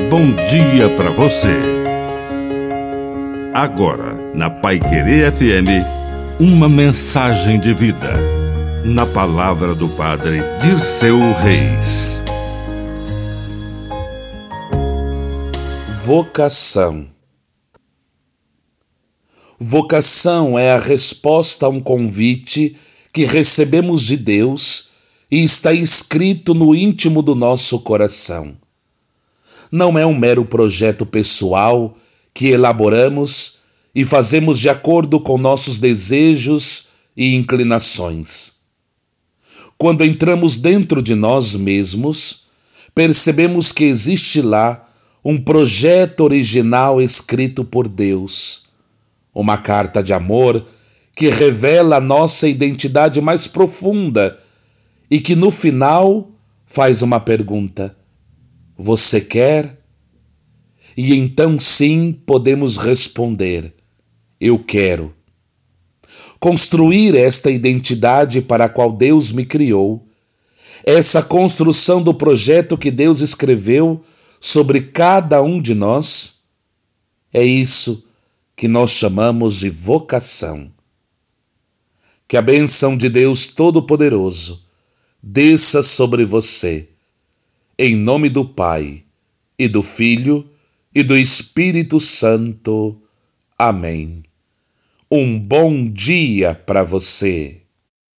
bom dia para você. Agora, na Paiquerê FM, uma mensagem de vida. Na palavra do Padre Dirceu Reis. Vocação. Vocação é a resposta a um convite que recebemos de Deus e está escrito no íntimo do nosso coração. Não é um mero projeto pessoal que elaboramos e fazemos de acordo com nossos desejos e inclinações. Quando entramos dentro de nós mesmos, percebemos que existe lá um projeto original escrito por Deus, uma carta de amor que revela a nossa identidade mais profunda e que no final faz uma pergunta: você quer? E então sim podemos responder: eu quero. Construir esta identidade para a qual Deus me criou, essa construção do projeto que Deus escreveu sobre cada um de nós, é isso que nós chamamos de vocação. Que a bênção de Deus Todo-Poderoso desça sobre você, em nome do Pai, e do Filho, e do Espírito Santo. Amém. Um bom dia para você.